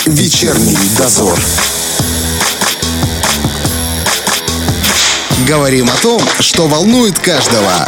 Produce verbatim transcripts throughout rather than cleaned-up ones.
Вечерний дозор. Говорим о том, что волнует каждого.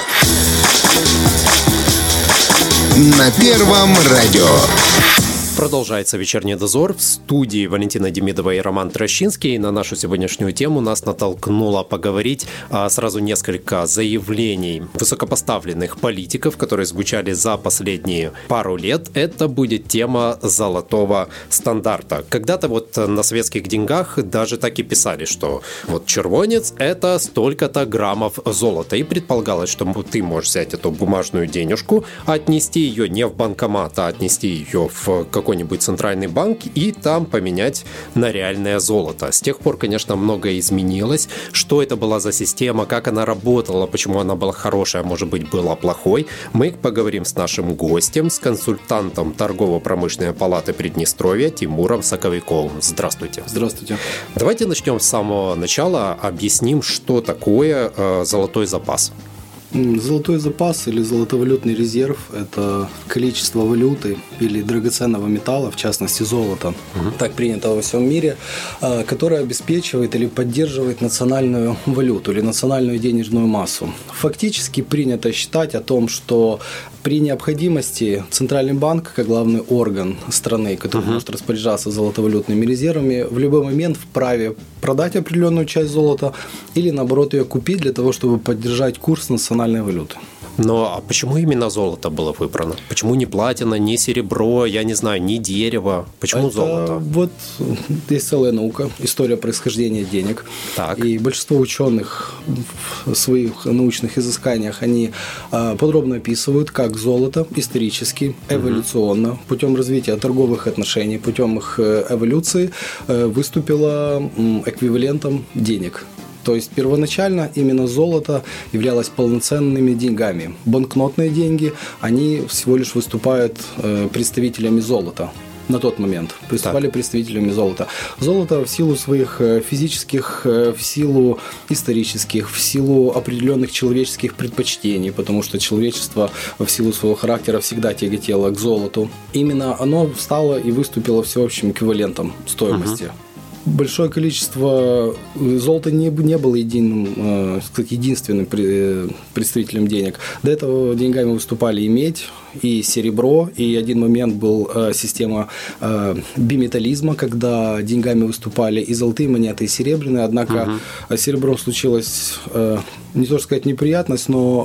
На Первом радио. Продолжается вечерний дозор. В студии Валентина Демидова и Роман Трощинский. На нашу сегодняшнюю тему нас натолкнуло поговорить а, сразу несколько заявлений высокопоставленных политиков, которые звучали за последние пару лет. Это будет тема золотого стандарта. Когда-то вот на советских деньгах даже так и писали, что вот червонец – это столько-то граммов золота. И предполагалось, что ты можешь взять эту бумажную денежку, отнести ее не в банкомат, а отнести ее в какой какой-нибудь центральный банк и там поменять на реальное золото. С тех пор, конечно, многое изменилось. Что это была за система, как она работала, почему она была хорошая, а может быть, была плохой. Мы поговорим с нашим гостем, с консультантом Торгово-промышленной палаты Приднестровья Тимуром Соковиковым. Здравствуйте. Здравствуйте. Давайте начнем с самого начала, объясним, что такое э, золотой запас. Золотой запас или золотовалютный резерв – это количество валюты или драгоценного металла, в частности золота, угу. так принято во всем мире, которое обеспечивает или поддерживает национальную валюту или национальную денежную массу. Фактически принято считать о том, что при необходимости Центральный банк, как главный орган страны, который uh-huh. может распоряжаться золотовалютными резервами, в любой момент вправе продать определенную часть золота или, наоборот, ее купить для того, чтобы поддержать курс национальной валюты. Но а почему именно золото было выбрано? Почему не платина, не серебро, я не знаю, не дерево? Почему Это золото? Вот есть целая наука, история происхождения денег. Так. И большинство ученых в своих научных изысканиях, они подробно описывают, как золото исторически, эволюционно, угу. путем развития торговых отношений, путем их эволюции выступило эквивалентом денег. То есть первоначально именно золото являлось полноценными деньгами. Банкнотные деньги, они всего лишь выступают представителями золота. На тот момент выступали так. представителями золота. Золото в силу своих физических, в силу исторических, в силу определенных человеческих предпочтений, потому что человечество в силу своего характера всегда тяготело к золоту. Именно оно стало и выступило всеобщим эквивалентом стоимости. Uh-huh. Большое количество золота не, не было единым, единственным представителем денег. До этого деньгами выступали и медь, и серебро, и один момент был система биметаллизма, когда деньгами выступали и золотые монеты, и серебряные, однако угу. серебром случилась, не то сказать неприятность,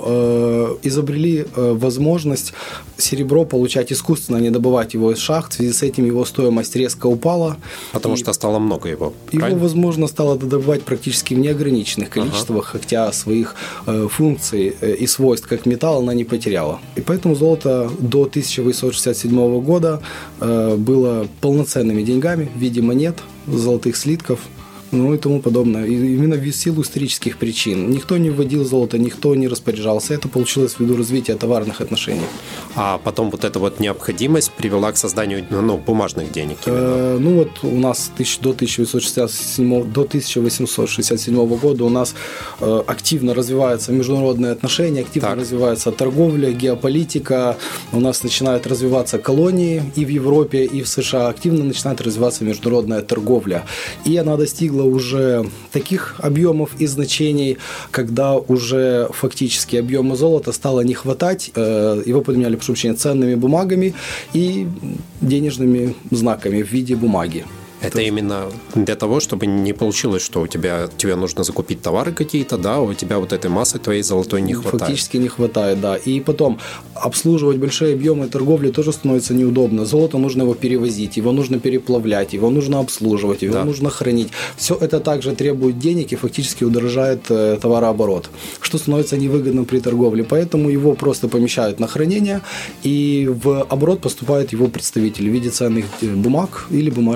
но изобрели возможность серебро получать искусственно, не добывать его из шахт, в связи с этим его стоимость резко упала. Потому и... что стало много его, правильно? Его, возможно, стало добывать практически в неограниченных количествах, ага. хотя своих функций и свойств как металл она не потеряла. И поэтому золото до тысяча восемьсот шестьдесят седьмого года было полноценными деньгами в виде монет, золотых слитков, ну и тому подобное. И именно в силу исторических причин. Никто не вводил золото, никто не распоряжался. Это получилось ввиду развития товарных отношений. А потом вот эта вот необходимость привела к созданию ну, бумажных денег. Э, ну вот у нас до тысяча восемьсот шестьдесят седьмого, до тысяча восемьсот шестьдесят седьмого года у нас э, активно развиваются международные отношения, активно так. развивается торговля, геополитика. У нас начинают развиваться колонии и в Европе, и в США. Активно начинает развиваться международная торговля. И она достигла уже таких объемов и значений, когда уже фактически объема золота стало не хватать, его подменяли, прошу прощения, ценными бумагами и денежными знаками в виде бумаги. Это именно для того, чтобы не получилось, что у тебя тебе нужно закупить товары какие-то, да, у тебя вот этой массы твоей золотой не хватает. Фактически не хватает, да. И потом обслуживать большие объемы торговли тоже становится неудобно. Золото нужно его перевозить, его нужно переплавлять, его нужно обслуживать, его да. нужно хранить. Все это также требует денег и фактически удорожает товарооборот, что становится невыгодным при торговле. Поэтому его просто помещают на хранение, и в оборот поступают его представители в виде ценных бумаг или бумажных денег.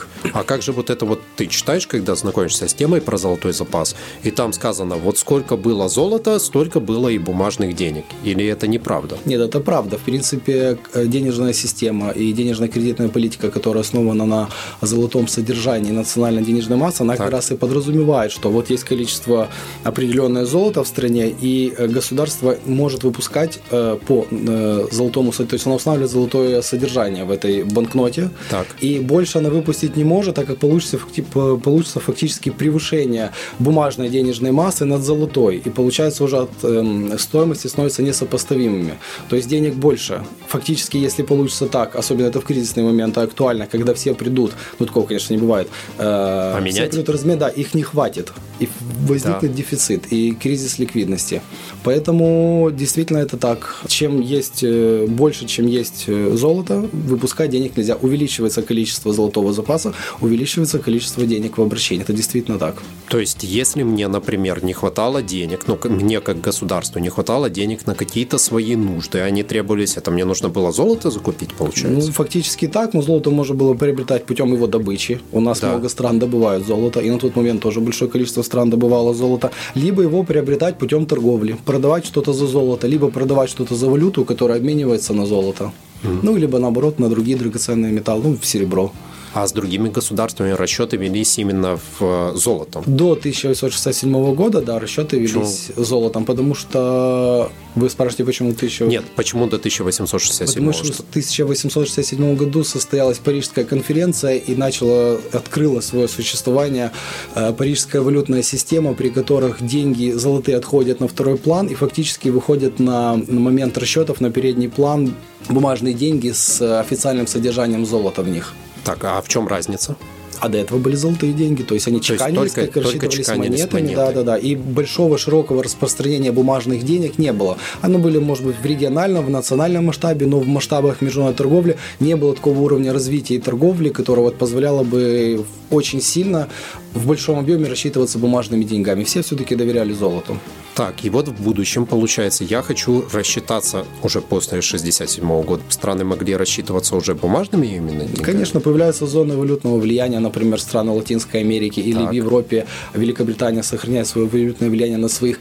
денег. А как же вот это вот ты читаешь, когда знакомишься с темой про золотой запас, и там сказано, вот сколько было золота, столько было и бумажных денег. Или это неправда? Нет, это правда. В принципе, денежная система и денежно-кредитная политика, которая основана на золотом содержании национальной денежной массы, она так. как раз и подразумевает, что вот есть количество определенное золота в стране, и государство может выпускать по золотому, то есть оно устанавливает золотое содержание в этой банкноте, так. и больше она выпустить не может, так как получится, получится фактически превышение бумажной денежной массы над золотой, и получается уже от э, стоимости становятся несопоставимыми. То есть денег больше. Фактически, если получится так, особенно это в кризисные моменты актуально, когда все придут, ну такого, конечно, не бывает, э, все придут размен, да, их не хватит, и возникнет да. дефицит, и кризис ликвидности. Поэтому действительно это так. Чем есть больше, чем есть золото, выпускать денег нельзя. Увеличивается количество золотого запаса, увеличивается количество денег в обращении. Это действительно так. То есть, если мне, например, не хватало денег, ну, мне как государству не хватало денег на какие-то свои нужды, они требовались, это мне нужно было золото закупить, получается? Ну, фактически так, но золото можно было приобретать путем его добычи. У нас да. много стран добывают золото, и на тот момент тоже большое количество стран добывало золото. Либо его приобретать путем торговли, продавать что-то за золото, либо продавать что-то за валюту, которая обменивается на золото. Mm-hmm. Ну, либо наоборот на другие драгоценные металлы, ну, в серебро. А с другими государствами расчеты велись именно в золотом? До тысяча восемьсот шестьдесят седьмого года, да, расчеты велись почему? Золотом, потому что... Вы спрашиваете, почему тысяча... Нет, почему до тысяча восемьсот шестьдесят седьмого? Потому что в тысяча восемьсот шестьдесят седьмом году состоялась Парижская конференция и начала, открыла свое существование Парижская валютная система, при которых деньги золотые отходят на второй план и фактически выходят на, на момент расчетов на передний план бумажные деньги с официальным содержанием золота в них. Так, а в чем разница? А до этого были золотые деньги, то есть они чеканились, то есть только, как рассчитывались чеканились монетами, да, да, да, и большого широкого распространения бумажных денег не было. Оно были, может быть, в региональном, в национальном масштабе, но в масштабах международной торговли не было такого уровня развития и торговли, которое вот позволяло бы очень сильно в большом объеме рассчитываться бумажными деньгами. Все все-таки доверяли золоту. Так, и вот в будущем, получается, я хочу рассчитаться уже после шестьдесят седьмого года. Страны могли рассчитываться уже бумажными именно деньгами? Конечно, появляются зоны валютного влияния, например, страны Латинской Америки или так. в Европе. Великобритания сохраняет свое валютное влияние на своих,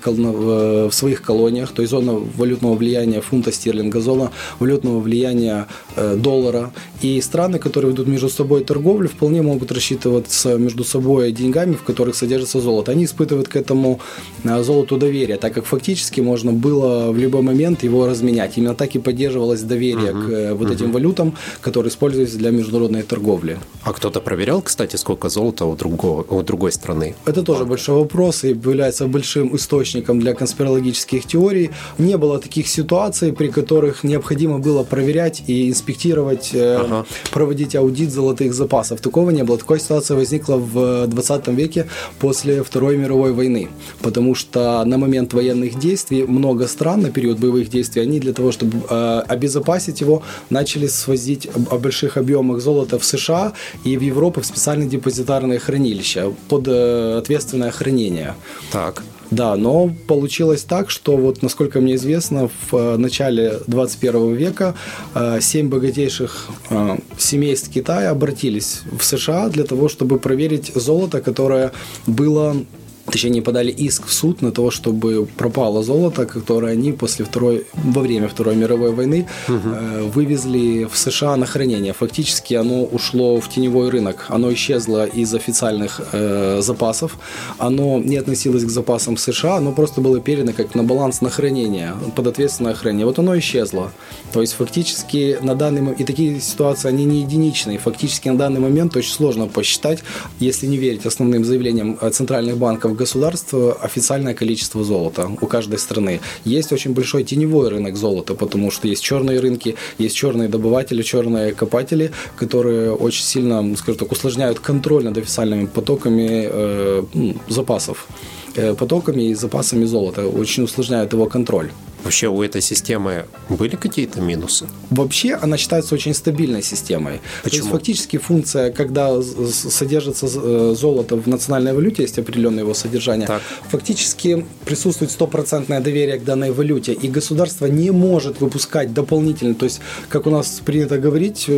в своих колониях, то есть зона валютного влияния фунта стерлинга, зона валютного влияния э, доллара. И страны, которые ведут между собой торговлю, вполне могут рассчитываться между собой деньгами, в которых содержится золото. Они испытывают к этому э, золоту доверие, так как фактически можно было в любой момент его разменять. Именно так и поддерживалось доверие uh-huh. к э, вот uh-huh. этим валютам, которые используются для международной торговли. А кто-то проверял, кстати, сколько золота у, другого, у другой страны? Это тоже большой вопрос и является большим источником для конспирологических теорий. Не было таких ситуаций, при которых необходимо было проверять и инспектировать, э, ага. проводить аудит золотых запасов. Такого не было. Такая ситуация возникла в двадцатом веке после Второй мировой войны, потому что на момент военных действий много стран на период боевых действий, они для того, чтобы э, обезопасить его, начали свозить о больших объемах золота в США и в Европу в специальные депозитарные хранилища под э, ответственное хранение. Так. Да, но получилось так, что вот, насколько мне известно, в начале двадцать первого века семь богатейших семейств Китая обратились в США для того, чтобы проверить золото, которое было... Точнее, они подали иск в суд на то, чтобы пропало золото, которое они после второй, во время Второй мировой войны угу. э, вывезли в США на хранение. Фактически оно ушло в теневой рынок. Оно исчезло из официальных э, запасов. Оно не относилось к запасам США, оно просто было передано как на баланс на хранение, под ответственное хранение. Вот оно исчезло. То есть фактически на данный момент, и такие ситуации, они не единичные. Фактически на данный момент очень сложно посчитать, если не верить основным заявлениям центральных банков государства, официальное количество золота у каждой страны. Есть очень большой теневой рынок золота, потому что есть черные рынки, есть черные добыватели, черные копатели, которые очень сильно, скажем так, усложняют контроль над официальными потоками э, запасов, э, потоками и запасами золота, очень усложняют его контроль. Вообще у этой системы были какие-то минусы? Вообще она считается очень стабильной системой. Почему? То есть фактически функция, когда содержится золото в национальной валюте, есть определенное его содержание, так. фактически присутствует стопроцентное доверие к данной валюте, и государство не может выпускать дополнительно, то есть, как у нас принято говорить,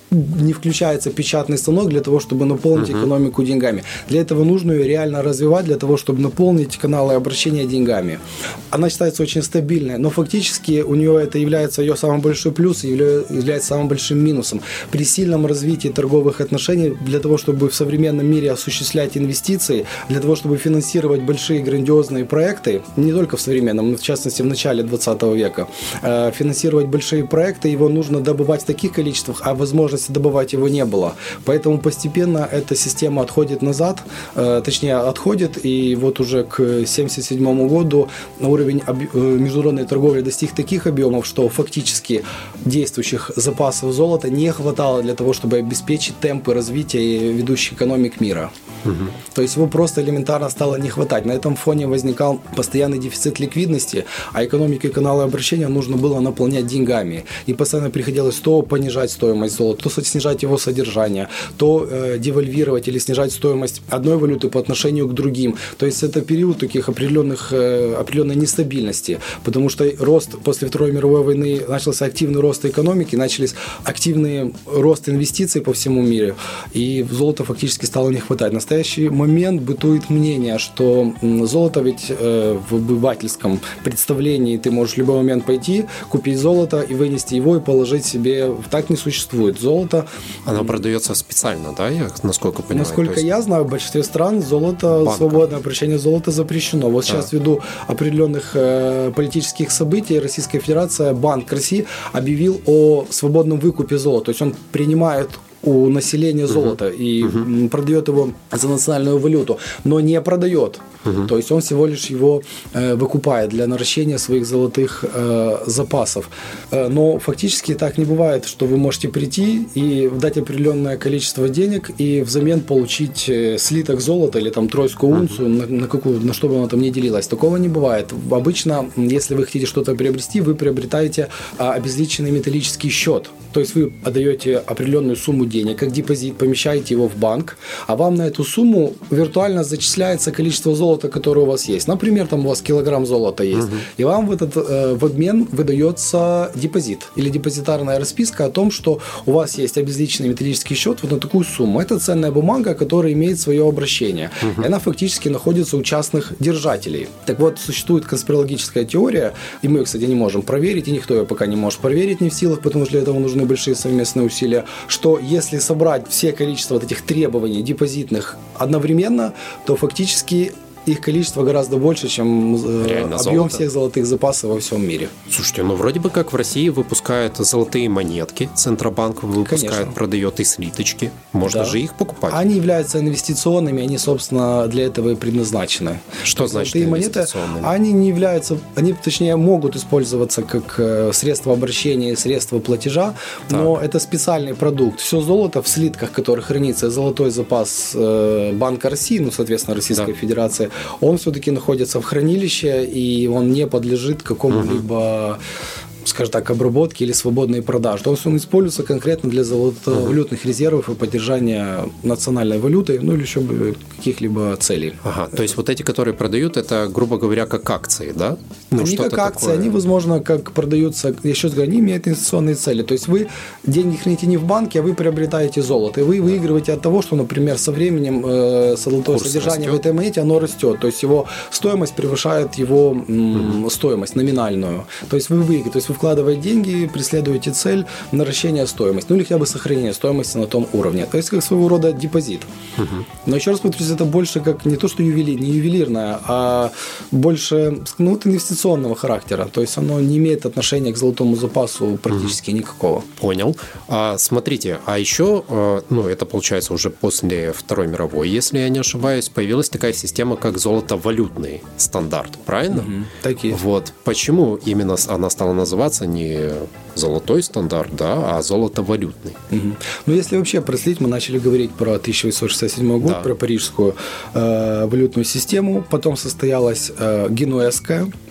не включается печатный станок для того, чтобы наполнить uh-huh. экономику деньгами. Для этого нужно ее реально развивать, для того, чтобы наполнить каналы обращения деньгами. Она считается очень стабильной, но фактически у нее это является ее самый большой плюс и является самым большим минусом. При сильном развитии торговых отношений, для того, чтобы в современном мире осуществлять инвестиции, для того, чтобы финансировать большие грандиозные проекты, не только в современном, но в частности в начале двадцатого века, финансировать большие проекты, его нужно добывать в таких количествах, а возможности добывать его не было. Поэтому постепенно эта система отходит назад, точнее отходит, и вот уже к семьдесят седьмому году уровень международной торговли достиг таких объемов, что фактически действующих запасов золота не хватало для того, чтобы обеспечить темпы развития ведущих экономик мира. Угу. То есть его просто элементарно стало не хватать. На этом фоне возникал постоянный дефицит ликвидности, а экономику и каналы обращения нужно было наполнять деньгами. И постоянно приходилось то понижать стоимость золота, то снижать его содержание, то э, девальвировать или снижать стоимость одной валюты по отношению к другим. То есть это период таких определенных, э, определенной нестабильности, потому что рост после Второй мировой войны, начался активный рост экономики, начались активный рост инвестиций по всему миру, и золота фактически стало не хватать. В настоящий момент бытует мнение, что золото ведь э, в обывательском представлении ты можешь в любой момент пойти, купить золото и вынести его и положить себе. Так не существует. Золото... Оно продается специально, да, я насколько понимаю? Насколько есть... я знаю, в большинстве стран золото, Банка. свободное обращение золота запрещено. Вот сейчас, а. ввиду определенных э, политических событий, Российская Федерация, Банк России объявил о свободном выкупе золота. То есть он принимает у населения золото uh-huh. и uh-huh. продает его за национальную валюту, но не продает. Uh-huh. То есть он всего лишь его э, выкупает для наращения своих золотых э, запасов. Э, но фактически так не бывает, что вы можете прийти и дать определенное количество денег и взамен получить э, слиток золота или там тройскую унцию, uh-huh. на, на, какую, на что бы оно там ни делилось. Такого не бывает. Обычно, если вы хотите что-то приобрести, вы приобретаете а, обезличенный металлический счет. То есть вы отдаете определенную сумму денег, как депозит, помещаете его в банк, а вам на эту сумму виртуально зачисляется количество золота, которое у вас есть. Например, там у вас килограмм золота есть, угу. и вам в, этот, э, в обмен выдается депозит или депозитарная расписка о том, что у вас есть обезличенный металлический счет вот на такую сумму. Это ценная бумага, которая имеет свое обращение. Угу. И она фактически находится у частных держателей. Так вот, существует конспирологическая теория, и мы, кстати, не можем проверить, и никто ее пока не может проверить, не в силах, потому что для этого нужны большие совместные усилия, что если собрать все количество вот этих требований депозитных одновременно, то фактически их количество гораздо больше, чем Реально объем золото. Всех золотых запасов во всем мире. Слушайте, ну вроде бы как в России выпускают золотые монетки, Центробанк выпускает, Конечно. продает и слиточки. Можно да. же их покупать. Они являются инвестиционными, они, собственно, для этого и предназначены. Что значит золотые монеты? Они не являются, они, точнее, могут использоваться как средство обращения, средство платежа, так. но это специальный продукт. Все золото в слитках, которые хранится, золотой запас Банка России, ну, соответственно, Российской да. Федерации, он все-таки находится в хранилище, и он не подлежит какому-либо, uh-huh. скажем так, обработке или свободной продаже. То есть он используется конкретно для золотовалютных uh-huh. резервов и поддержания национальной валюты, ну или еще каких-либо целей. Ага, то есть вот эти, которые продают, это, грубо говоря, как акции, да? Ну, они как акции, такое... они, возможно, как продаются, я еще раз говорю, они имеют инвестиционные цели. То есть вы деньги храните не в банке, а вы приобретаете золото. И вы выигрываете от того, что, например, со временем э, золотое Курс содержание растет. В этой монете, оно растет. То есть его стоимость превышает его м, угу. стоимость номинальную. То есть вы выиграете. То есть вы вкладываете деньги, преследуете цель наращения стоимости, ну или хотя бы сохранения стоимости на том уровне. То есть как своего рода депозит. Угу. Но еще раз повторюсь, это больше как не то, что ювелир, не ювелирное, а больше ну, вот инвестиционного характера. То есть оно не имеет отношения к золотому запасу практически угу. никакого. Понял. А, смотрите, а еще, ну это получается уже после Второй мировой, если я не ошибаюсь, появилась такая система, как золотовалютный стандарт, правильно? Угу. Так и есть. Вот. Почему именно она стала называться не золотой стандарт, да, а золотовалютный? Угу. Ну, если вообще проследить, мы начали говорить про тысяча восемьсот шестьдесят седьмой год, да. про парижскую э, валютную систему, потом состоялась э, генуэзская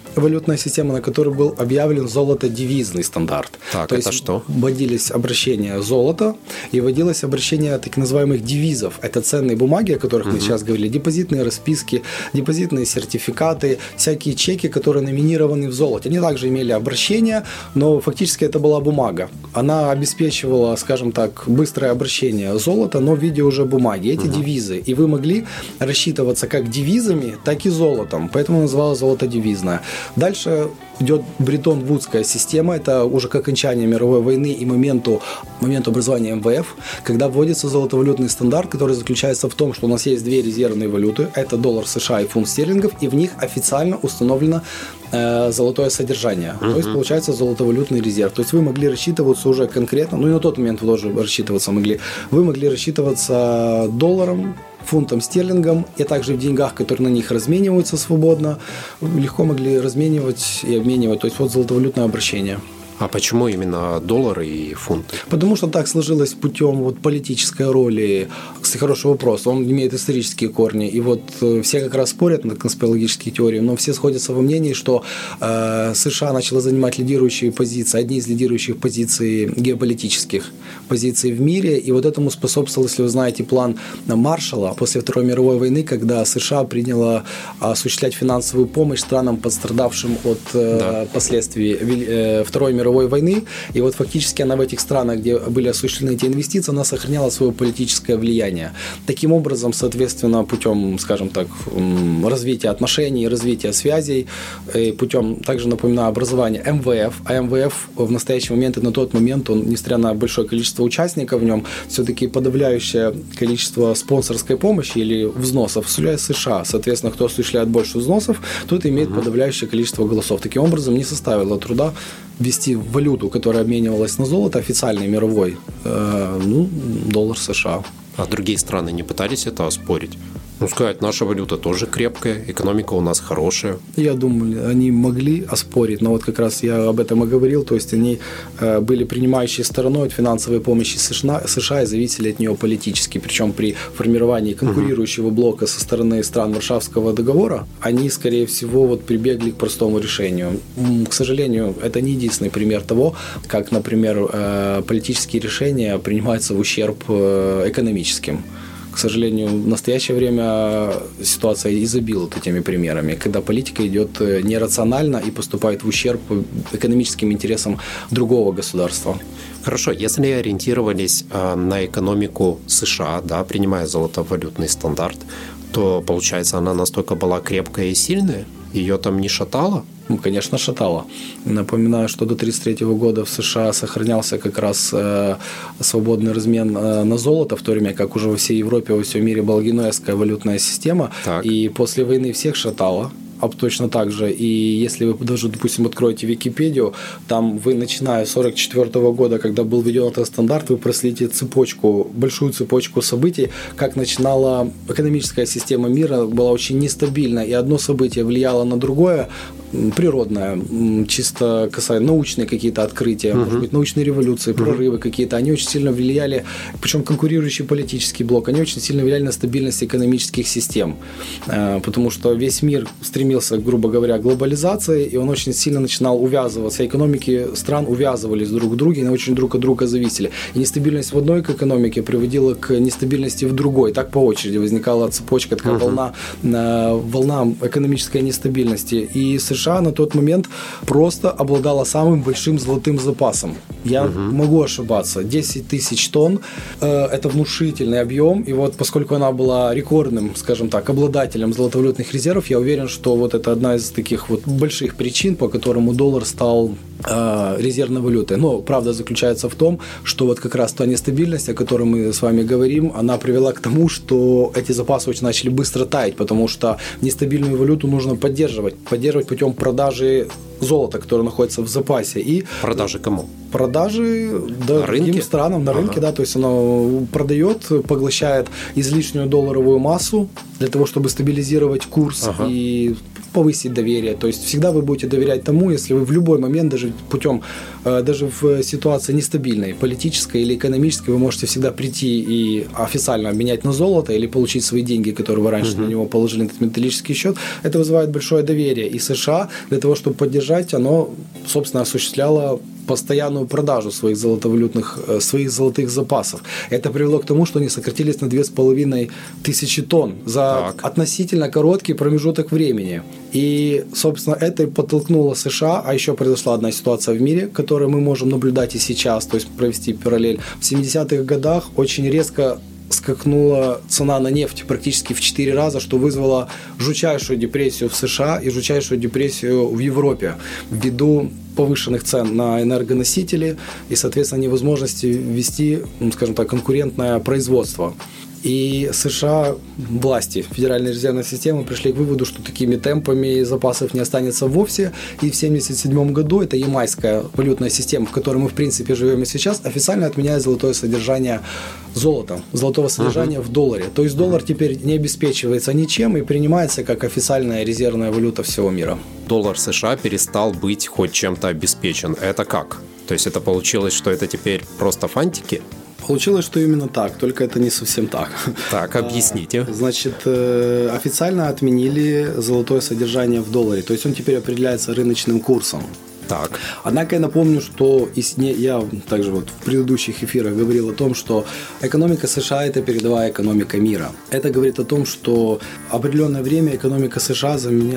валютная система, на которой был объявлен золото-девизный стандарт. Так, То это есть что? вводились обращения золота и вводилось обращение так называемых девизов. Это ценные бумаги, о которых uh-huh. мы сейчас говорили, депозитные расписки, депозитные сертификаты, всякие чеки, которые номинированы в золоте. Они также имели обращение, но фактически это была бумага. Она обеспечивала, скажем так, быстрое обращение золота, но в виде уже бумаги. Эти uh-huh. девизы. И вы могли рассчитываться как девизами, так и золотом. Поэтому называлась золото-девизная. Дальше идет Бреттон-Вудская система, это уже к окончанию мировой войны и моменту, моменту образования эм вэ эф, когда вводится золотовалютный стандарт, который заключается в том, что у нас есть две резервные валюты, это доллар США и фунт стерлингов, и в них официально установлено э, золотое содержание. Uh-huh. То есть получается золотовалютный резерв. То есть вы могли рассчитываться уже конкретно, ну и на тот момент вы тоже рассчитываться могли, вы могли рассчитываться долларом, фунтом стерлингом, и также в деньгах, которые на них размениваются свободно, легко могли разменивать и обменивать. То есть вот золотовалютное обращение. А почему именно доллары и фунты? Потому что так сложилось путем вот политической роли. Кстати, хороший вопрос. Он имеет исторические корни. И вот все как раз спорят на конспирологические теории, но все сходятся во мнении, что э, США начала занимать лидирующие позиции, одни из лидирующих позиций геополитических позиций в мире. И вот этому способствовал, если вы знаете, план Маршалла после Второй мировой войны, когда США приняла осуществлять финансовую помощь странам, пострадавшим от э, да. последствий э, Второй мировой войны, и вот фактически она в этих странах, где были осуществлены эти инвестиции, она сохраняла свое политическое влияние. Таким образом, соответственно, путем, скажем так, развития отношений, развития связей, путем, также напоминаю, образования эм вэ эф, а эм вэ эф в настоящий момент и на тот момент, он, несмотря на большое количество участников в нем, все-таки подавляющее количество спонсорской помощи или взносов осуществляет США. Соответственно, кто осуществляет больше взносов, тот имеет подавляющее количество голосов. Таким образом, не составило труда ввести валюту, которая обменивалась на золото, официальной мировой, э, ну, доллар США. А другие страны не пытались это оспорить? Ну, сказать, наша валюта тоже крепкая, экономика у нас хорошая. Я думаю, они могли оспорить, но вот как раз я об этом и говорил, то есть они э, были принимающей стороной от финансовой помощи США, США и зависели от нее политически, причем при формировании конкурирующего блока со стороны стран Варшавского договора, они, скорее всего, вот прибегли к простому решению. К сожалению, это не единственный пример того, как, например, э, политические решения принимаются в ущерб э, экономическим. К сожалению, в настоящее время ситуация изобилует этими примерами, когда политика идет нерационально и поступает в ущерб экономическим интересам другого государства. Хорошо, если ориентировались на экономику США, да, принимая золотовалютный стандарт, то, получается, она настолько была крепкая и сильная? Ее там не шатало? Ну, конечно, шатало. Напоминаю, что до тысяча девятьсот тридцать третьего года в США сохранялся как раз э, свободный размен э, на золото, в то время как уже во всей Европе, во всем мире была генуэзская валютная система. Так. И после войны всех шатало. Точно так же. И если вы даже, допустим, откроете Википедию, там вы, начиная с сорок четвёртого года, когда был введен этот стандарт, вы проследите цепочку, большую цепочку событий, как начинала экономическая система мира, была очень нестабильна, и одно событие влияло на другое, природное, чисто касаемо научные какие-то открытия, uh-huh. может быть, научные революции, прорывы uh-huh. какие-то, они очень сильно влияли, причем конкурирующий политический блок, они очень сильно влияли на стабильность экономических систем, потому что весь мир стремился, грубо говоря, к глобализации, и он очень сильно начинал увязываться, экономики стран увязывались друг к другу, и они очень друг от друга зависели. И нестабильность в одной экономике приводила к нестабильности в другой, так по очереди возникала цепочка, такая uh-huh. волна, волна экономической нестабильности, и США США на тот момент просто обладала самым большим золотым запасом. Я угу. могу ошибаться. десять тысяч тонн э, – это внушительный объем. И вот поскольку она была рекордным, скажем так, обладателем золотовалютных резервов, я уверен, что вот это одна из таких вот больших причин, по которому доллар стал э, резервной валютой. Но правда заключается в том, что вот как раз та нестабильность, о которой мы с вами говорим, она привела к тому, что эти запасы очень начали быстро таять, потому что нестабильную валюту нужно поддерживать. Поддерживать путем продажи золота, которое находится в запасе. И продажи кому? Продажи да, другим странам на рынке, ага. да, то есть оно продает, поглощает излишнюю долларовую массу для того, чтобы стабилизировать курс ага. и повысить доверие. То есть всегда вы будете доверять тому, если вы в любой момент, даже путем, даже в ситуации нестабильной, политической или экономической, вы можете всегда прийти и официально обменять на золото или получить свои деньги, которые вы раньше mm-hmm. на него положили, на этот металлический счет. Это вызывает большое доверие. И США для того, чтобы поддержать, оно, собственно, осуществляло постоянную продажу своих золотовалютных, своих золотых запасов. Это привело к тому, что они сократились на две с половиной тысячи тонн за так. относительно короткий промежуток времени. И, собственно, это и подтолкнуло США, а еще произошла одна ситуация в мире, которую мы можем наблюдать и сейчас, то есть провести параллель. В семидесятых годах очень резко скакнула цена на нефть практически в четыре раза, что вызвало жутчайшую депрессию в США и жутчайшую депрессию в Европе ввиду повышенных цен на энергоносители и, соответственно, невозможности ввести, скажем так, конкурентное производство. И США, власти Федеральной резервной системы пришли к выводу, что такими темпами запасов не останется вовсе. И в семьдесят седьмом году эта ямайская валютная система, в которой мы, в принципе, живем и сейчас, официально отменяет золотое содержание золота, золотого содержания uh-huh. в долларе. То есть доллар теперь не обеспечивается ничем и принимается как официальная резервная валюта всего мира. Доллар США перестал быть хоть чем-то обеспечен. Это как? То есть это получилось, что это теперь просто фантики? Получилось, что именно так, только это не совсем так. Так, объясните. Значит, официально отменили золотое содержание в долларе, то есть он теперь определяется рыночным курсом. Так. Однако я напомню, что я также вот в предыдущих эфирах говорил о том, что экономика США – это передовая экономика мира. Это говорит о том, что определенное время экономика США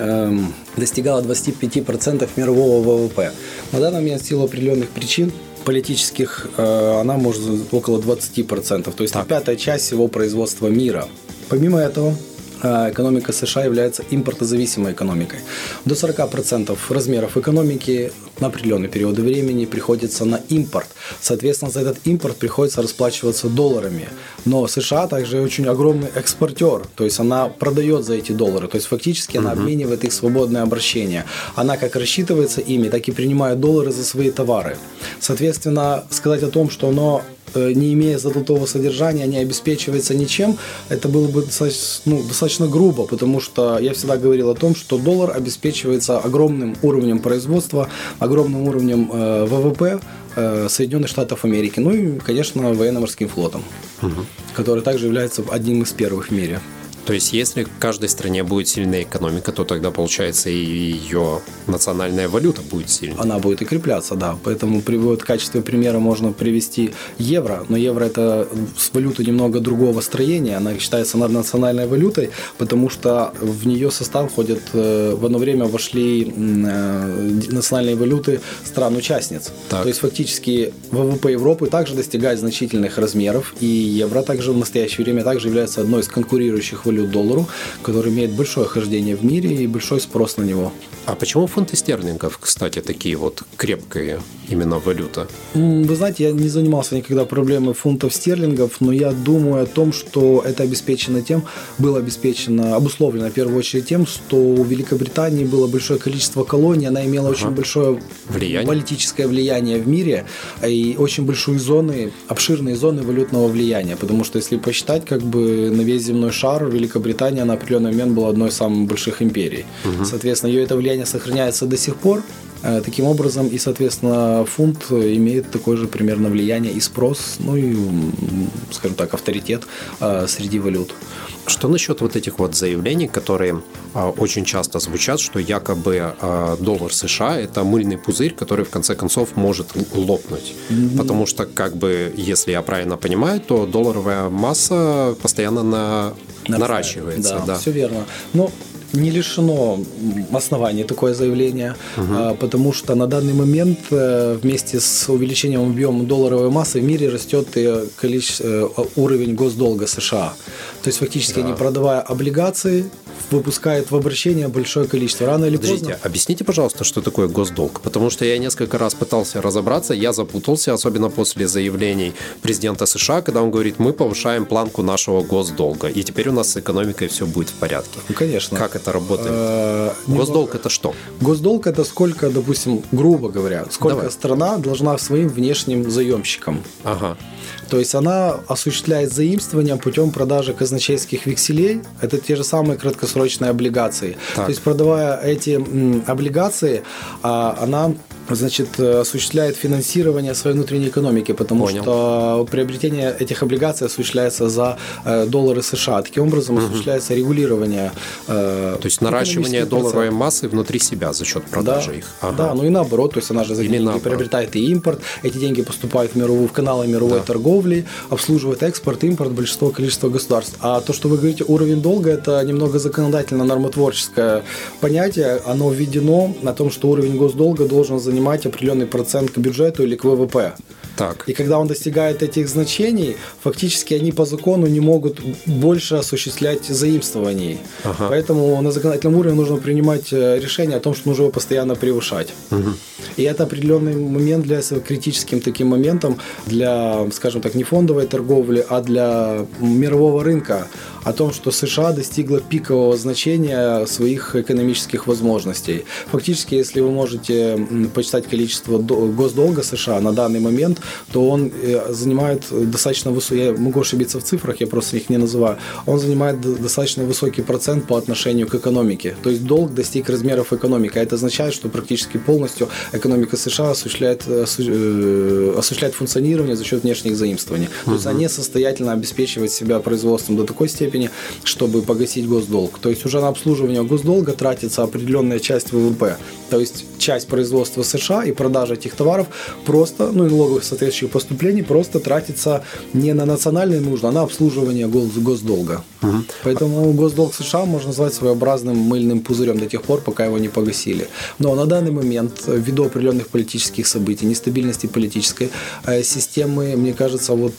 достигала двадцать пять процентов мирового ВВП. На данный момент в силу определенных причин политических она может около двадцать процентов, то есть так. пятая часть всего производства мира. Помимо этого, экономика США является импортозависимой экономикой. До сорок процентов размеров экономики на определенные периоды времени приходится на импорт. Соответственно, за этот импорт приходится расплачиваться долларами. Но США также очень огромный экспортер, то есть она продает за эти доллары, то есть фактически она uh-huh. обменивает их в свободное обращение. Она как рассчитывается ими, так и принимает доллары за свои товары. Соответственно, сказать о том, что оно не имея золотого содержания, не обеспечивается ничем, это было бы достаточно, ну, достаточно грубо, потому что я всегда говорил о том, что доллар обеспечивается огромным уровнем производства, огромным уровнем э, ВВП э, Соединенных Штатов Америки, ну и, конечно, военно-морским флотом, угу. который также является одним из первых в мире. То есть, если в каждой стране будет сильная экономика, то тогда, получается, и ее национальная валюта будет сильной. Она будет укрепляться, да. Поэтому в качестве примера можно привести евро. Но евро – это валюта немного другого строения. Она считается национальной валютой, потому что в нее состав входят, в одно время вошли национальные валюты стран-участниц. Так. То есть, фактически, ВВП Европы также достигает значительных размеров. И евро также в настоящее время также является одной из конкурирующих валют доллару, который имеет большое хождение в мире и большой спрос на него. А почему фунты стерлингов, кстати, такие вот крепкие именно валюта? Вы знаете, я не занимался никогда проблемой фунтов стерлингов, но я думаю о том, что это обеспечено тем, было обеспечено, обусловлено в первую очередь тем, что у Великобритании было большое количество колоний, она имела ага. очень большое влияние. политическое влияние в мире и очень большие зоны, обширные зоны валютного влияния, потому что если посчитать, как бы на весь земной шар Великобритания на определенный момент была одной из самых больших империй. Угу. Соответственно, ее это влияние сохраняется до сих пор. Таким образом, и, соответственно, фунт имеет такое же примерно влияние и спрос, ну и, скажем так, авторитет среди валют. Что насчет вот этих вот заявлений, которые очень часто звучат, что якобы доллар США – это мыльный пузырь, который в конце концов может лопнуть? Mm-hmm. Потому что, как бы, если я правильно понимаю, то долларовая масса постоянно на... наращивается. Да, да, все верно. Но не лишено оснований такое заявление, угу. потому что на данный момент вместе с увеличением объема долларовой массы в мире растет и количество, уровень госдолга США. То есть фактически да. они, продавая облигации, выпускают в обращение большое количество. Рано или Подождите, поздно... объясните, пожалуйста, что такое госдолг, потому что я несколько раз пытался разобраться, я запутался, особенно после заявлений президента США, когда он говорит, мы повышаем планку нашего госдолга, и теперь у нас с экономикой все будет в порядке. Ну, конечно. Как это это работает? Госдолг – это что? Госдолг – это сколько, допустим, грубо говоря, сколько Давай. страна должна своим внешним заемщикам. Ага. То есть она осуществляет заимствование путем продажи казначейских векселей. Это те же самые краткосрочные облигации. Так. То есть продавая эти м, облигации, а, она значит, осуществляет финансирование своей внутренней экономики, потому Понял. что приобретение этих облигаций осуществляется за э, доллары США. Таким образом угу. осуществляется регулирование. Э, то есть наращивание долларовой массы внутри себя за счет продажи да, их. Ага. Да, ну и наоборот, то есть она же за эти деньги наоборот. приобретает и импорт, эти деньги поступают в, мировую, в каналы мировой да. торговли, обслуживают экспорт, импорт, большинство количества государств. А то, что вы говорите, уровень долга, это немного законодательно-нормотворческое понятие, оно введено на том, что уровень госдолга должен занимать определенный процент к бюджету или к ВВП. Так. И когда он достигает этих значений, фактически они по закону не могут больше осуществлять заимствований. Ага. Поэтому на законодательном уровне нужно принимать решение о том, что нужно его постоянно превышать. Угу. И это определенный момент является критическим таким моментом для, скажем так, не фондовой торговли, а для мирового рынка. О том, что США достигла пикового значения своих экономических возможностей. Фактически, если вы можете почитать количество госдолга США на данный момент, то он занимает достаточно высокий, я могу ошибиться в цифрах, я просто их не называю, он занимает достаточно высокий процент по отношению к экономике. То есть долг достиг размеров экономики. А это означает, что практически полностью экономика США осуществляет, осуществляет функционирование за счет внешних заимствований. То uh-huh. есть она несостоятельно обеспечивает себя производством до такой степени, чтобы погасить госдолг. То есть уже на обслуживание госдолга тратится определенная часть ВВП. То есть часть производства США и продажа этих товаров просто, ну и налоговых соответствующих поступлений просто тратится не на национальные нужды, а на обслуживание госдолга. Угу. Поэтому госдолг США можно назвать своеобразным мыльным пузырем до тех пор, пока его не погасили. Но на данный момент, ввиду определенных политических событий, нестабильности политической системы, мне кажется, вот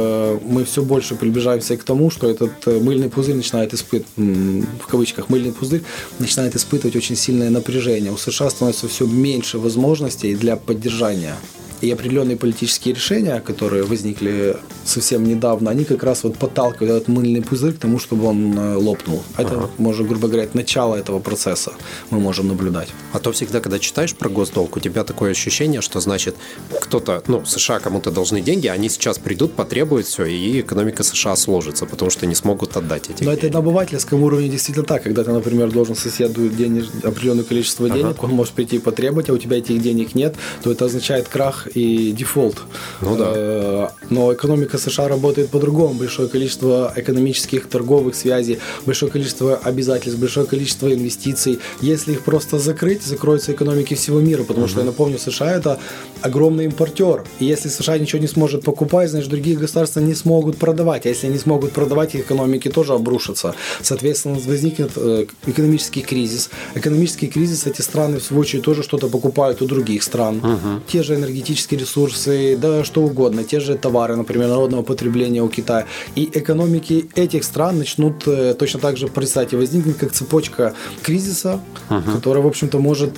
мы все больше приближаемся к тому, что этот мыльный пузырь начинает испытывать, в кавычках, мыльный пузырь начинает испытывать очень сильное напряжение. У США становится все меньше возможностей для поддержания. И определенные политические решения, которые возникли совсем недавно, они как раз вот подталкивают этот мыльный пузырь к тому, чтобы он лопнул. Это, ага. можно, грубо говоря, начало этого процесса мы можем наблюдать. А то всегда, когда читаешь про госдолг, у тебя такое ощущение, что, значит, кто-то, ну, США кому-то должны деньги, они сейчас придут, потребуют все, и экономика США сложится, потому что не смогут отдать эти Но деньги. это на обывательском уровне действительно так. Когда ты, например, должен соседу денег, определенное количество ага. денег, он может прийти и потребовать, а у тебя этих денег нет, то это означает крах и дефолт. Ну, да. Но экономика США работает по-другому. Большое количество экономических, торговых связей, большое количество обязательств, большое количество инвестиций. Если их просто закрыть, закроются экономики всего мира, потому угу. что, я напомню, США – это огромный импортер. И если США ничего не сможет покупать, значит, другие государства не смогут продавать. А если они смогут продавать, их экономики тоже обрушатся. Соответственно, возникнет экономический кризис. Экономический кризис, эти страны, в свою очередь, тоже что-то покупают у других стран. Угу. Те же энергетические ресурсы, да что угодно, те же товары, например, народного потребления у Китая. И экономики этих стран начнут точно так же, представьте, возникнет как цепочка кризиса, uh-huh. которая, в общем-то, может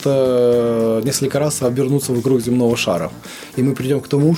э, несколько раз обернуться вокруг земного шара. И мы придем к тому,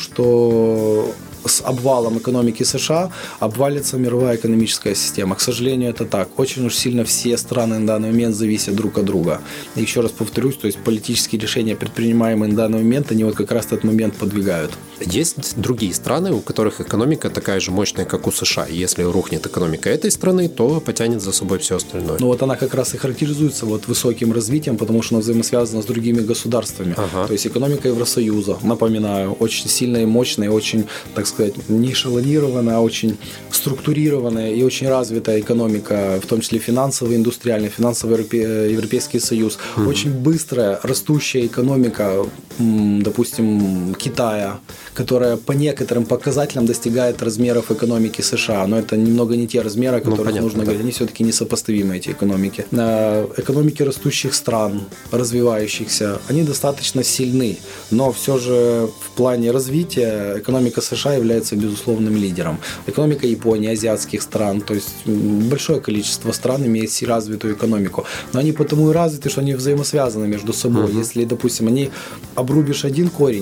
что с обвалом экономики США обвалится мировая экономическая система. К сожалению, это так. Очень уж сильно все страны на данный момент зависят друг от друга. И еще раз повторюсь, то есть политические решения, предпринимаемые на данный момент, они вот как раз этот момент подвигают. Есть другие страны, у которых экономика такая же мощная, как у США. И если рухнет экономика этой страны, то потянет за собой все остальное. Ну вот она как раз и характеризуется вот высоким развитием, потому что она взаимосвязана с другими государствами. Ага. То есть экономика Евросоюза, напоминаю, очень сильная и мощная, очень, так сказать, не эшелонированная, а очень структурированная и очень развитая экономика, в том числе финансовая, индустриальная, финансовый Европейский Союз. Угу. Очень быстрая, растущая экономика, допустим, Китая, которая по некоторым показателям достигает размеров экономики США. Но это немного не те размеры, о которых ну, понятно, нужно да. говорить. Они все-таки несопоставимы, эти экономики. Экономики растущих стран, развивающихся, они достаточно сильны. Но все же в плане развития экономика США является безусловным лидером. Экономика Японии, азиатских стран, то есть большое количество стран имеет развитую экономику. Но они потому и развиты, что они взаимосвязаны между собой. Uh-huh. Если, допустим, они обрубишь один корень,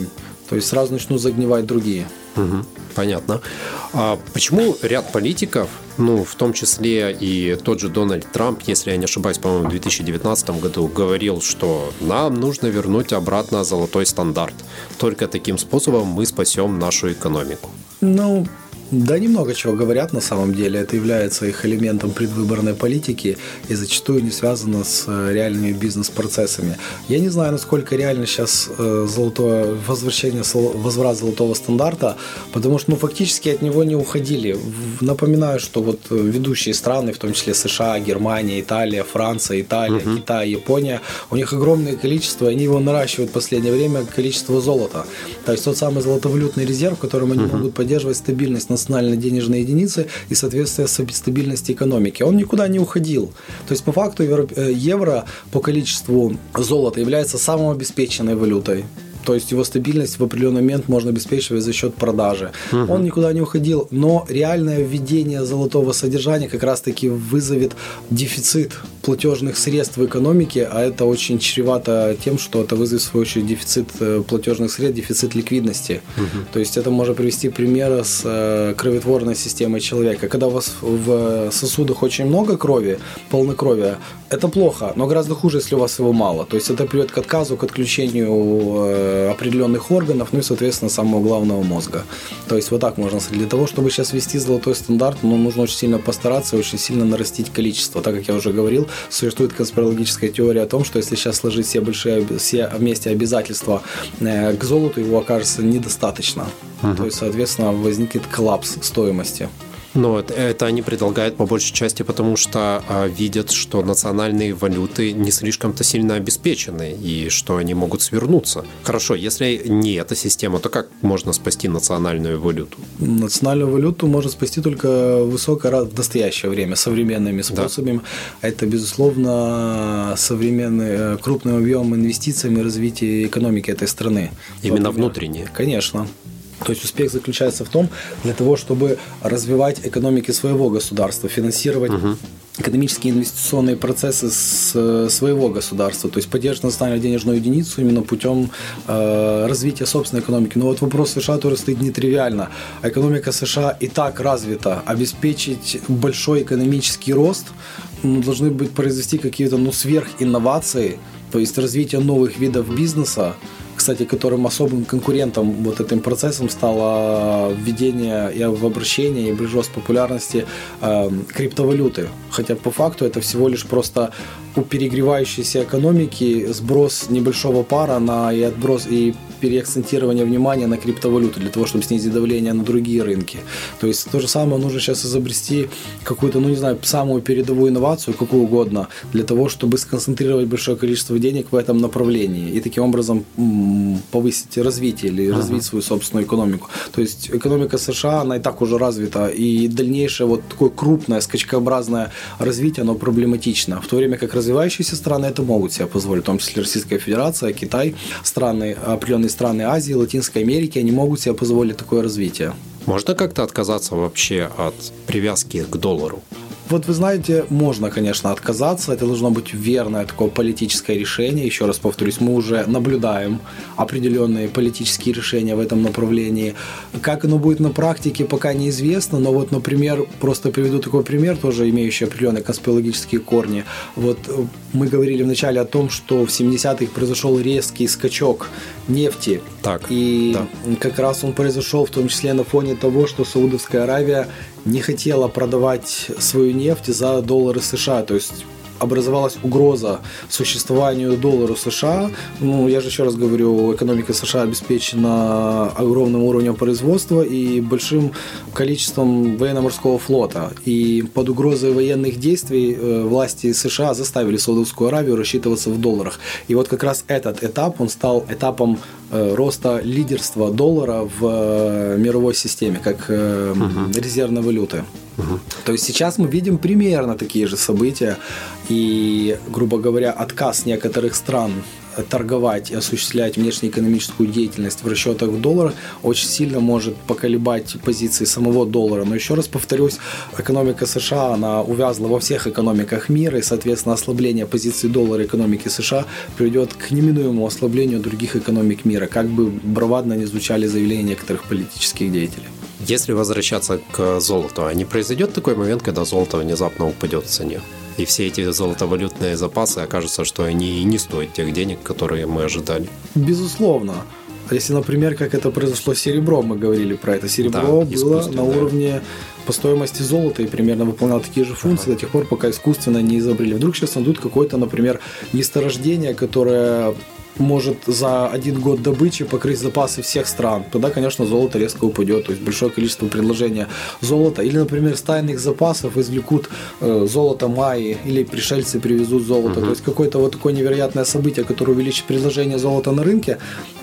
То есть сразу начнут загнивать другие. Угу, понятно. А почему ряд политиков, ну, в том числе и тот же Дональд Трамп, если я не ошибаюсь, по-моему, в две тысячи девятнадцатом году говорил, что нам нужно вернуть обратно золотой стандарт. Только таким способом мы спасем нашу экономику. Ну, да, немного чего говорят на самом деле. Это является их элементом предвыборной политики и зачастую не связано с реальными бизнес-процессами. Я не знаю, насколько реально сейчас золотое возвращение, возврат золотого стандарта, потому что, ну, фактически от него не уходили. Напоминаю, что вот ведущие страны, в том числе США, Германия, Италия, Франция, Италия, uh-huh. Китай, Япония, у них огромное количество, они его наращивают в последнее время, количество золота. То есть тот самый золотовалютный резерв, которым они uh-huh. могут поддерживать стабильность национальной денежной единицы и, соответственно, стабильности экономики. Он никуда не уходил. То есть, по факту, евро по количеству золота является самой обеспеченной валютой. То есть его стабильность в определенный момент можно обеспечивать за счет продажи. Угу. Он никуда не уходил, но реальное введение золотого содержания как раз-таки вызовет дефицит платежных средств в экономике, а это очень чревато тем, что это вызовет в свою очередь дефицит платежных средств, дефицит ликвидности. Угу. То есть это можно привести пример с кроветворной системой человека. Когда у вас в сосудах очень много крови, полнокровия, это плохо, но гораздо хуже, если у вас его мало. То есть это приведет к отказу, к отключению определенных органов, ну и, соответственно, самого главного мозга. То есть вот так можно сказать. Для того, чтобы сейчас ввести золотой стандарт, ну, нужно очень сильно постараться и очень сильно нарастить количество. Так как я уже говорил, существует конспирологическая теория о том, что если сейчас сложить все большие, все вместе обязательства к золоту, его окажется недостаточно. Угу. То есть, соответственно, возникнет коллапс стоимости. Но это они предлагают по большей части, потому что а, видят, что национальные валюты не слишком-то сильно обеспечены и что они могут свернуться. Хорошо, если не эта система, то как можно спасти национальную валюту? Национальную валюту можно спасти только высоко в настоящее время, современными способами. Да. Это, безусловно, современные крупным объемом инвестициями развития экономики этой страны. Именно внутренние? Конечно. То есть успех заключается в том, для того, чтобы развивать экономики своего государства, финансировать угу. экономические инвестиционные процессы с своего государства, то есть поддерживать национальную денежную единицу именно путем э, развития собственной экономики. Но вот вопрос США тоже стоит нетривиально. Экономика США и так развита. Обеспечить большой экономический рост, ну, должны быть произвести какие-то ну, сверхинновации, то есть развитие новых видов бизнеса, кстати, которым особым конкурентом вот этим процессом стало введение и в обращение и прирост популярности э, криптовалюты. Хотя по факту это всего лишь просто у перегревающейся экономики сброс небольшого пара на и отброс и переакцентирование внимания на криптовалюту для того, чтобы снизить давление на другие рынки. То есть то же самое нужно сейчас изобрести какую-то, ну не знаю, самую передовую инновацию, какую угодно, для того, чтобы сконцентрировать большое количество денег в этом направлении и таким образом м- повысить развитие или ага. развить свою собственную экономику. То есть экономика США, она и так уже развита, и дальнейшее вот такое крупное, скачкообразное развитие, оно проблематично. В то время как развивающиеся страны это могут себе позволить, в том числе Российская Федерация, Китай, страны, определенные страны Азии, Латинской Америки, они могут себе позволить такое развитие. Можно как-то отказаться вообще от привязки к доллару? Вот вы знаете, можно, конечно, отказаться, это должно быть верное такое политическое решение. Еще раз повторюсь, мы уже наблюдаем определенные политические решения в этом направлении. Как оно будет на практике, пока неизвестно, но вот, например, просто приведу такой пример, тоже имеющий определенные конспирологические корни. Вот мы говорили вначале о том, что в семидесятых произошел резкий скачок нефти. Так, и да. как раз он произошел в том числе на фоне того, что Саудовская Аравия не хотела продавать свою нефть за доллары США, то есть образовалась угроза существованию доллара США. Ну, я же еще раз говорю, экономика США обеспечена огромным уровнем производства и большим количеством военно-морского флота. И под угрозой военных действий власти США заставили Саудовскую Аравию рассчитываться в долларах. И вот как раз этот этап, он стал этапом роста лидерства доллара в мировой системе, как uh-huh. резервной валюты. Uh-huh. То есть сейчас мы видим примерно такие же события. И, грубо говоря, отказ некоторых стран торговать и осуществлять внешнеэкономическую деятельность в расчетах в долларах, очень сильно может поколебать позиции самого доллара. Но еще раз повторюсь, экономика США, она увязла во всех экономиках мира, и, соответственно, ослабление позиции доллара экономики США приведет к неминуемому ослаблению других экономик мира, как бы бравадно не звучали заявления некоторых политических деятелей. Если возвращаться к золоту, а не произойдет такой момент, когда золото внезапно упадет в цене? И все эти золотовалютные запасы окажутся, что они не стоят тех денег, которые мы ожидали? Безусловно. Если, например, как это произошло с серебром, мы говорили про это. Серебро да, было на уровне по стоимости золота и примерно выполняло такие же функции ага. до тех пор, пока искусственно не изобрели. Вдруг сейчас найдут какое-то, например, месторождение, которое может за один год добычи покрыть запасы всех стран, тогда, конечно, золото резко упадет, то есть большое количество предложения золота. Или, например, с тайных запасов извлекут э, золото майи, или пришельцы привезут золото. Uh-huh. То есть какое-то вот такое невероятное событие, которое увеличит предложение золота на рынке,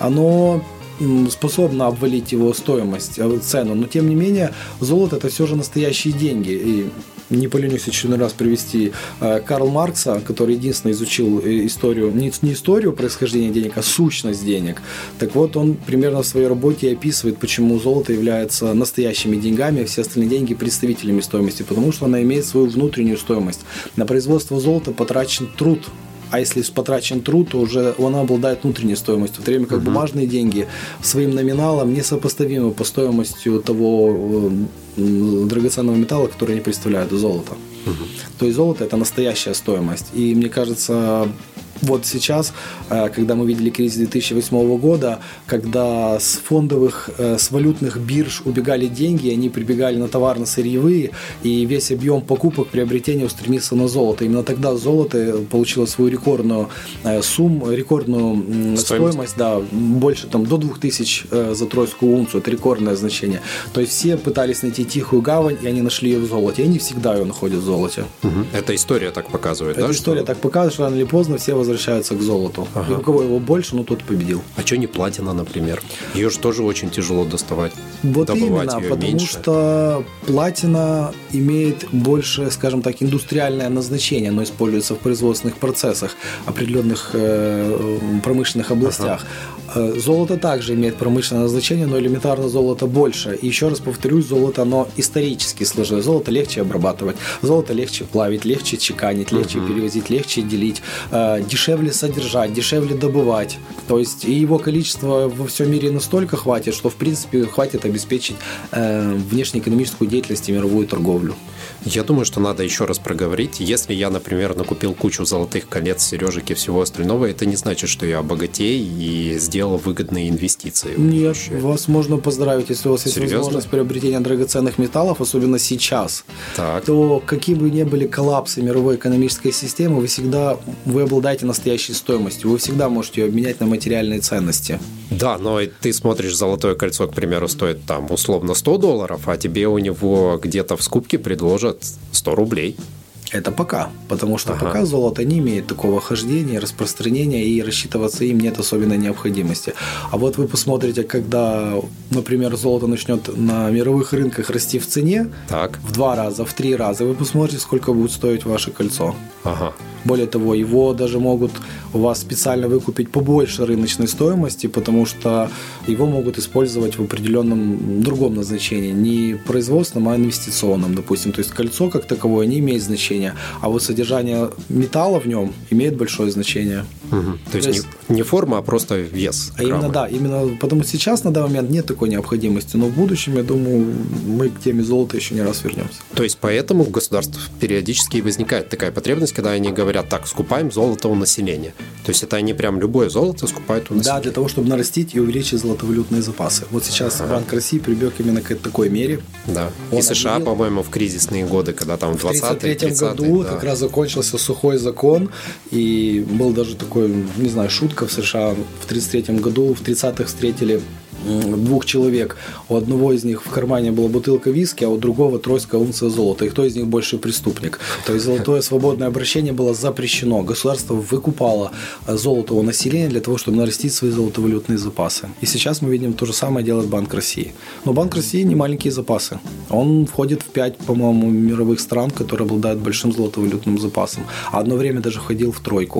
оно способно обвалить его стоимость, цену. Но, тем не менее, золото – это все же настоящие деньги. И не поленюсь очередной раз привести Карл Маркса, который единственно изучил историю, не, не историю происхождения денег, а сущность денег. Так вот, он примерно в своей работе описывает, почему золото является настоящими деньгами, а все остальные деньги представителями стоимости, потому что она имеет свою внутреннюю стоимость. На производство золота потрачен труд. А если потрачен труд, то уже он обладает внутренней стоимостью, в то время как uh-huh. бумажные деньги своим номиналом несопоставимы по стоимости того драгоценного металла, который они представляют, золото. Uh-huh. То есть золото – это настоящая стоимость. И мне кажется, вот сейчас, когда мы видели кризис две тысячи восьмого года, когда с фондовых, с валютных бирж убегали деньги, они прибегали на товарно-сырьевые, и весь объем покупок, приобретения устремился на золото. Именно тогда золото получило свою рекордную сумму, рекордную стоимость, стоимость да, больше там, до двух тысяч за тройскую унцию. Это рекордное значение. То есть все пытались найти тихую гавань, и они нашли ее в золоте. И они всегда ее находят в золоте. Угу. Эта история так показывает, Эта да? история что... так показывает, что рано или поздно все возвращаются к золоту. Ага. И у кого его больше, ну тот победил. А что не платина, например? Ее же тоже очень тяжело доставать. Вот добывать именно, ее потому меньше. Что платина имеет больше, скажем так, индустриальное назначение, оно используется в производственных процессах, определенных э, промышленных областях. Ага. Золото также имеет промышленное назначение, но элементарно золото больше. И еще раз повторюсь, золото, оно исторически сложное. Золото легче обрабатывать, золото легче плавить, легче чеканить, легче угу. перевозить, легче делить, э, дешевле содержать, дешевле добывать. То есть и его количество во всем мире настолько хватит, что в принципе хватит обеспечить э, внешнеэкономическую деятельность и мировую торговлю. Я думаю, что надо еще раз проговорить. Если я, например, накупил кучу золотых колец, сережек и всего остального, это не значит, что я богатей и сделал выгодные инвестиции. Нет, вас можно поздравить, если у вас есть Серьезно? возможность приобретения драгоценных металлов, особенно сейчас, так. то какие бы ни были коллапсы мировой экономической системы, вы всегда вы обладаете настоящей стоимостью, вы всегда можете ее обменять на материальные ценности. Да, но ты смотришь, золотое кольцо, к примеру, стоит там условно сто долларов, а тебе у него где-то в скупке предложат сто рублей. Это пока, потому что ага. пока золото не имеет такого хождения, распространения, и рассчитываться им нет особенной необходимости. А вот вы посмотрите, когда, например, золото начнет на мировых рынках расти в цене так. в два раза, в три раза, вы посмотрите, сколько будет стоить ваше кольцо. Ага. Более того, его даже могут у вас специально выкупить по большей рыночной стоимости, потому что его могут использовать в определенном другом назначении, не производственном, а инвестиционном, допустим. То есть кольцо как таковое не имеет значения, а вот содержание металла в нем имеет большое значение. Угу. То, То есть, есть не, не форма, а просто вес. А именно, да, именно потому что сейчас на данный момент нет такой необходимости, но в будущем, я думаю, мы к теме золота еще не раз вернемся. То есть поэтому у государств периодически возникает такая потребность, когда они говорят: так, скупаем золото у населения. То есть это они прям любое золото скупают у населения. Да, для того, чтобы нарастить и увеличить золотовалютные запасы. Вот сейчас ага. Банк России прибег именно к такой мере. Да. Он и США, объявил, по-моему, в кризисные годы, когда там в двадцатые, тридцатые, тридцатые году да. как раз закончился сухой закон, и был даже такой, не знаю, шутка в США. В тридцать третьем году, в тридцатых встретили двух человек. У одного из них в кармане была бутылка виски, а у другого тройская унция золота. И кто из них больше преступник? То есть золотое свободное обращение было запрещено. Государство выкупало золото у населения для того, чтобы нарастить свои золотовалютные запасы. И сейчас мы видим то же самое делает Банк России. Но Банк России не маленькие запасы. Он входит в пять, по-моему, мировых стран, которые обладают большим золотовалютным запасом. А одно время даже входил в тройку.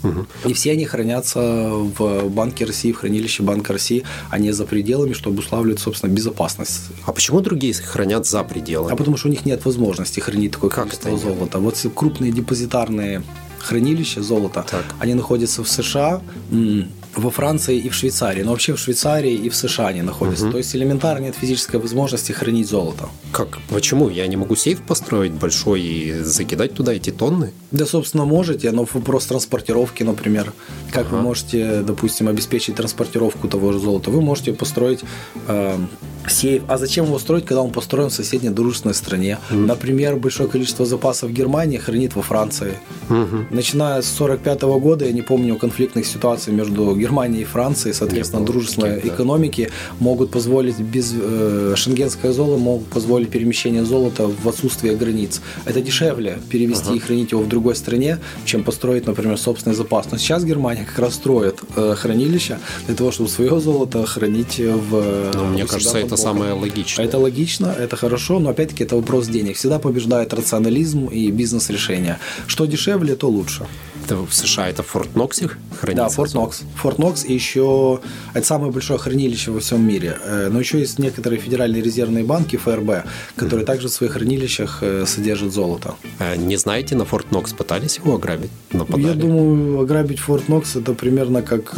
Угу. И все они хранятся в Банке России, в хранилище Банка России, а не за пределами, что обуславливает, собственно, безопасность. А почему другие хранят за пределами? А потому что у них нет возможности хранить такое как количество золота. Вот крупные депозитарные хранилища золота, так. они находятся в США, во Франции и в Швейцарии. Но вообще в Швейцарии и в США они находятся. Угу. То есть элементарно нет физической возможности хранить золото. Как? Почему? Я не могу сейф построить большой и закидать туда эти тонны? Да, собственно, можете, но вопрос транспортировки, например. Как ага. вы можете, допустим, обеспечить транспортировку того же золота? Вы можете построить э, сейф. А зачем его строить, когда он построен в соседней дружественной стране? Mm. Например, большое количество запасов Германии хранит во Франции. Mm-hmm. Начиная с сорок пятого года, я не помню конфликтных ситуаций между Германией и Францией, соответственно, Нет, дружественные таких, да. экономики могут позволить без э, шенгенское золото могут позволить перемещение золота в отсутствие границ. Это дешевле перевести ага. и хранить его в другой стране, чем построить, например, собственный запас. Но сейчас Германия как раз строит э, хранилища для того, чтобы свое золото хранить в. Ну, мне кажется, это самое логичное. Это логично, это хорошо, но опять-таки это вопрос денег. Всегда побеждает рационализм и бизнес-решения. Что дешевле, то лучше. Это в США это Форт Ноксе хранится? Да, Форт Нокс. Форт Нокс и еще это самое большое хранилище во всем мире. Но еще есть некоторые федеральные резервные банки, эф эр бэ, которые mm. также в своих хранилищах содержат золото. Не знаете, на Форт Нокс пытались его ограбить? Нападали? Я думаю, ограбить Форт Нокс это примерно как...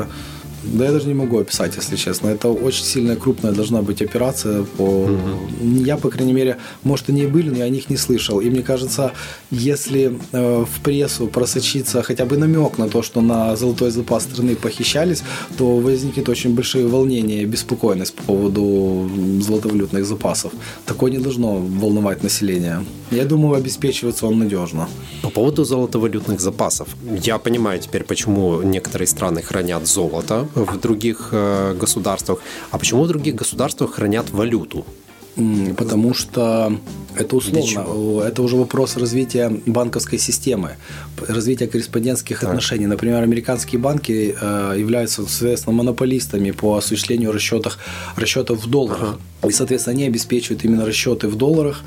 Да я даже не могу описать, если честно. Это очень сильная, крупная должна быть операция. По... Угу. Я, по крайней мере, может, они и были, но я о них не слышал. И мне кажется, если э, в прессу просочится хотя бы намек на то, что на золотой запас страны похищались, то возникнет очень большие волнения и беспокойность по поводу золотовалютных запасов. Такое не должно волновать население. Я думаю, обеспечиваться он надежно. По поводу золотовалютных запасов. Я понимаю теперь, почему некоторые страны хранят золото в других э, государствах. А почему в других государствах хранят валюту? Потому что это условно, это уже вопрос развития банковской системы, развития корреспондентских так. отношений. Например, американские банки э, являются, соответственно, монополистами по осуществлению расчетов, расчетов в долларах. Ага. И, соответственно, они обеспечивают именно расчеты в долларах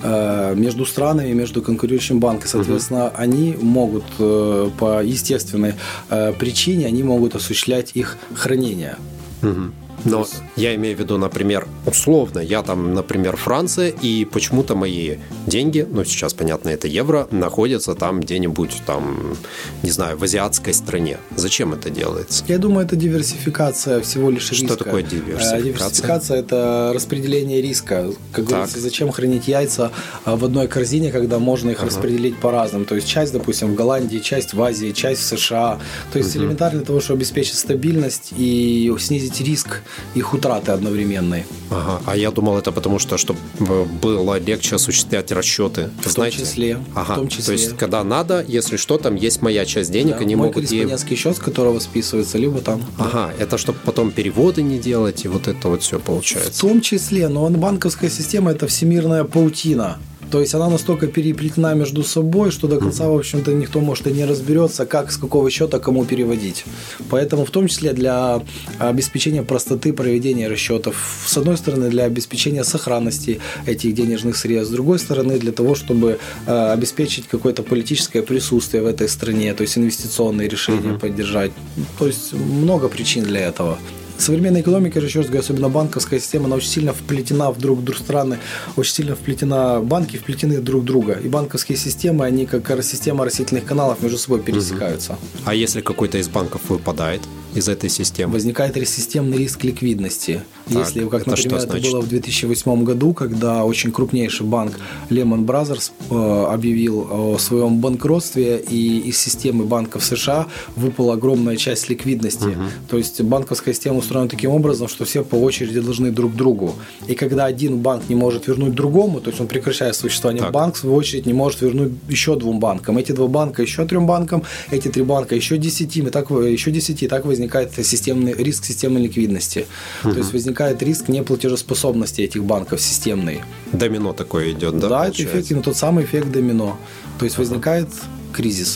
э, между странами, между конкурирующими банками. Соответственно, угу. они могут э, по естественной э, причине, они могут осуществлять их хранение. Угу. Но я имею в виду, например, условно, я там, например, Франция, и почему-то мои деньги, ну, сейчас, понятно, это евро, находятся там где-нибудь, там, не знаю, в азиатской стране. Зачем это делается? Я думаю, это диверсификация всего лишь риска. Что такое диверсификация? Диверсификация – это распределение риска. Как говорится, зачем хранить яйца в одной корзине, когда можно их ага. распределить по-разному? То есть, часть, допустим, в Голландии, часть в Азии, часть в США. То есть, угу. элементарно для того, чтобы обеспечить стабильность и снизить риск их утраты одновременной. Ага. А я думал, это потому что, чтобы было легче осуществлять расчеты. В Знаете? том числе. Ага. В том числе. То есть, когда надо, если что, там есть моя часть денег, да, они мой могут... корреспондентский счет, с которого списывается, либо там. Ага, да. Это чтобы потом переводы не делать, и вот это вот все получается. В том числе, но банковская система – это всемирная паутина. То есть она настолько переплетена между собой, что до конца, в общем-то, никто, может, и не разберется, как, с какого счета кому переводить. Поэтому, в том числе, для обеспечения простоты проведения расчетов, с одной стороны, для обеспечения сохранности этих денежных средств, с другой стороны, для того, чтобы обеспечить какое-то политическое присутствие в этой стране, то есть инвестиционные решения uh-huh. поддержать. То есть много причин для этого. Современная экономика, еще раз говорю, особенно банковская система, она очень сильно вплетена в друг друга страны, очень сильно вплетена, банки вплетены друг в друга. И банковские системы, они как система растительных каналов между собой пересекаются. Угу. А если какой-то из банков выпадает из этой системы? Возникает системный риск ликвидности. Так, если, как, например, это было в две тысячи восьмом году, когда очень крупнейший банк Lehman Brothers э, объявил о своем банкротстве, и из системы банков США выпала огромная часть ликвидности. Угу. То есть банковская система устроена таким образом, что все по очереди должны друг другу. И когда один банк не может вернуть другому, то есть он прекращает существование, так. банк в свою очередь не может вернуть еще двум банкам. Эти два банка еще трем банкам, эти три банка еще десяти, и так, еще десяти, и так возникает системный риск системной ликвидности. Угу. То есть возникает риск неплатежеспособности этих банков системный. Домино такое идет, да? Да, это эффект, ну, тот самый эффект домино. То есть ага. возникает кризис.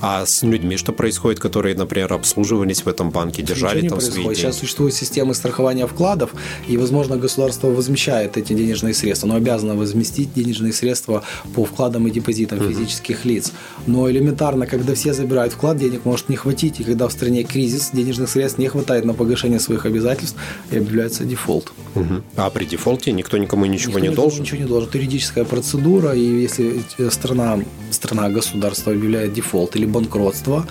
А с людьми что происходит, которые, например, обслуживались в этом банке, держали Ничего не там свои происходит. деньги? Сейчас существуют системы страхования вкладов, и, возможно, государство возмещает эти денежные средства, но обязано возместить денежные средства по вкладам и депозитам uh-huh. физических лиц. Но элементарно, когда все забирают вклад, денег может не хватить, и когда в стране кризис, денежных средств не хватает на погашение своих обязательств, и объявляется дефолт. Uh-huh. А при дефолте никто никому ничего никто не должен? Ничего не должен. Это юридическая процедура, и если страна, страна, государство объявляет дефолт или банкротство,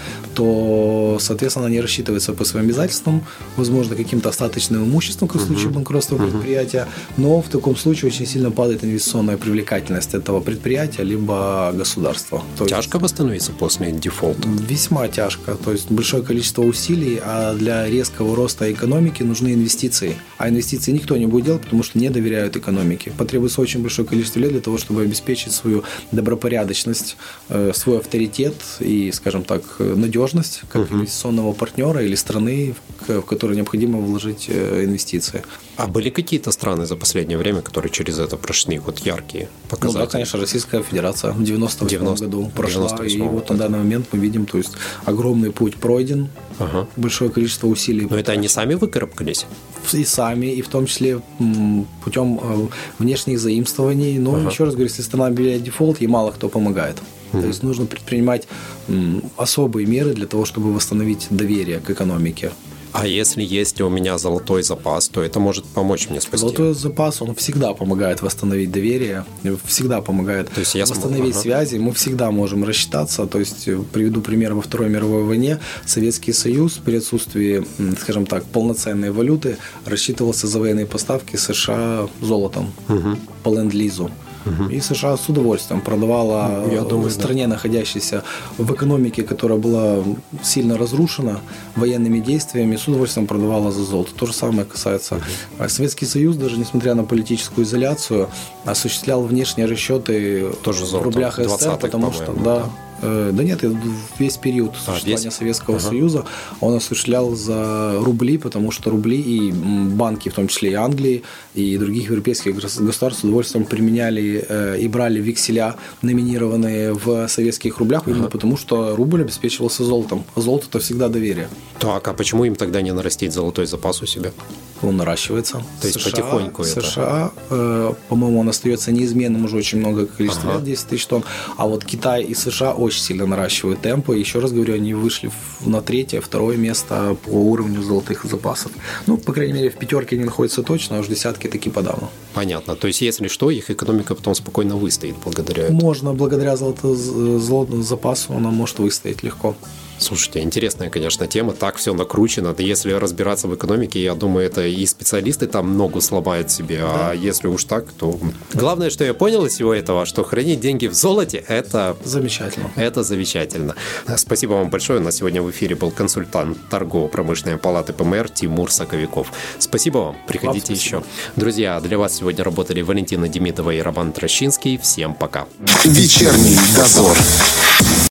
то, соответственно, они рассчитываются по своим обязательствам, возможно, каким-то остаточным имуществом, как в случае uh-huh. банкротства uh-huh. предприятия, но в таком случае очень сильно падает инвестиционная привлекательность этого предприятия либо государства. То тяжко есть, восстановиться после дефолта? Весьма тяжко. То есть большое количество усилий, а для резкого роста экономики нужны инвестиции. А инвестиции никто не будет делать, потому что не доверяют экономике. Потребуется очень большое количество лет для того, чтобы обеспечить свою добропорядочность, свой авторитет и, скажем так, надежность как uh-huh. инвестиционного партнера или страны, в которую необходимо вложить инвестиции. А были какие-то страны за последнее время, которые через это прошли, вот яркие показатели? Ну да, конечно, Российская Федерация в девяносто восьмом году прошла, и вот на данный момент мы видим, то есть огромный путь пройден, ага. большое количество усилий. Но это они сами выкарабкались? И сами, и в том числе путем внешних заимствований. Но ага. еще раз говорю, если страна объявляет дефолт, ей мало кто помогает. Mm-hmm. То есть нужно предпринимать особые меры для того, чтобы восстановить доверие к экономике. А если есть у меня золотой запас, то это может помочь мне спасти? Золотой запас, он всегда помогает восстановить доверие, всегда помогает то есть я восстановить смог... связи. Мы всегда можем рассчитаться. То есть, приведу пример, во Второй мировой войне Советский Союз при отсутствии, скажем так, полноценной валюты рассчитывался за военные поставки США золотом угу. по ленд-лизу. Угу. И США с удовольствием продавала Я думаю, в стране, да. находящейся в экономике, которая была сильно разрушена военными действиями, с удовольствием продавала за золото. То же самое касается угу. Советский Союз, даже несмотря на политическую изоляцию, осуществлял внешние расчеты Тоже в рублях СССР, потому что да, Да нет, весь период существования а, Советского ага. Союза он осуществлял за рубли, потому что рубли и банки, в том числе и Англии, и других европейских государств с удовольствием применяли и брали векселя, номинированные в советских рублях, ага. именно потому что рубль обеспечивался золотом. А золото – это всегда доверие. Так, а почему им тогда не нарастить золотой запас у себя? Он наращивается. То есть США, потихоньку это? США, э, по-моему, он остается неизменным уже очень много количество ага. лет, десять тысяч тонн. А вот Китай и США очень сильно наращивают темпы. Еще раз говорю, они вышли на третье, второе место по уровню золотых запасов. Ну, по крайней мере, в пятерке они находятся точно, а уж десятки таки подавно. Понятно. То есть, если что, их экономика потом спокойно выстоит благодаря этому? Можно, благодаря золото, золотому запасу она может выстоять легко. Слушайте, интересная, конечно, тема. Так все накручено. Да если разбираться в экономике, я думаю, это и специалисты там ногу сломают себе. Да. А если уж так, то... Главное, что я понял из всего этого, что хранить деньги в золоте – это... Замечательно. Это замечательно. Спасибо вам большое. У нас сегодня в эфире был консультант торгово-промышленной палаты ПМР Тимур Соковиков. Спасибо вам. Приходите вам еще. Друзья, для вас сегодня работали Валентина Демидова и Роман Трощинский. Всем пока. Вечерний дозор.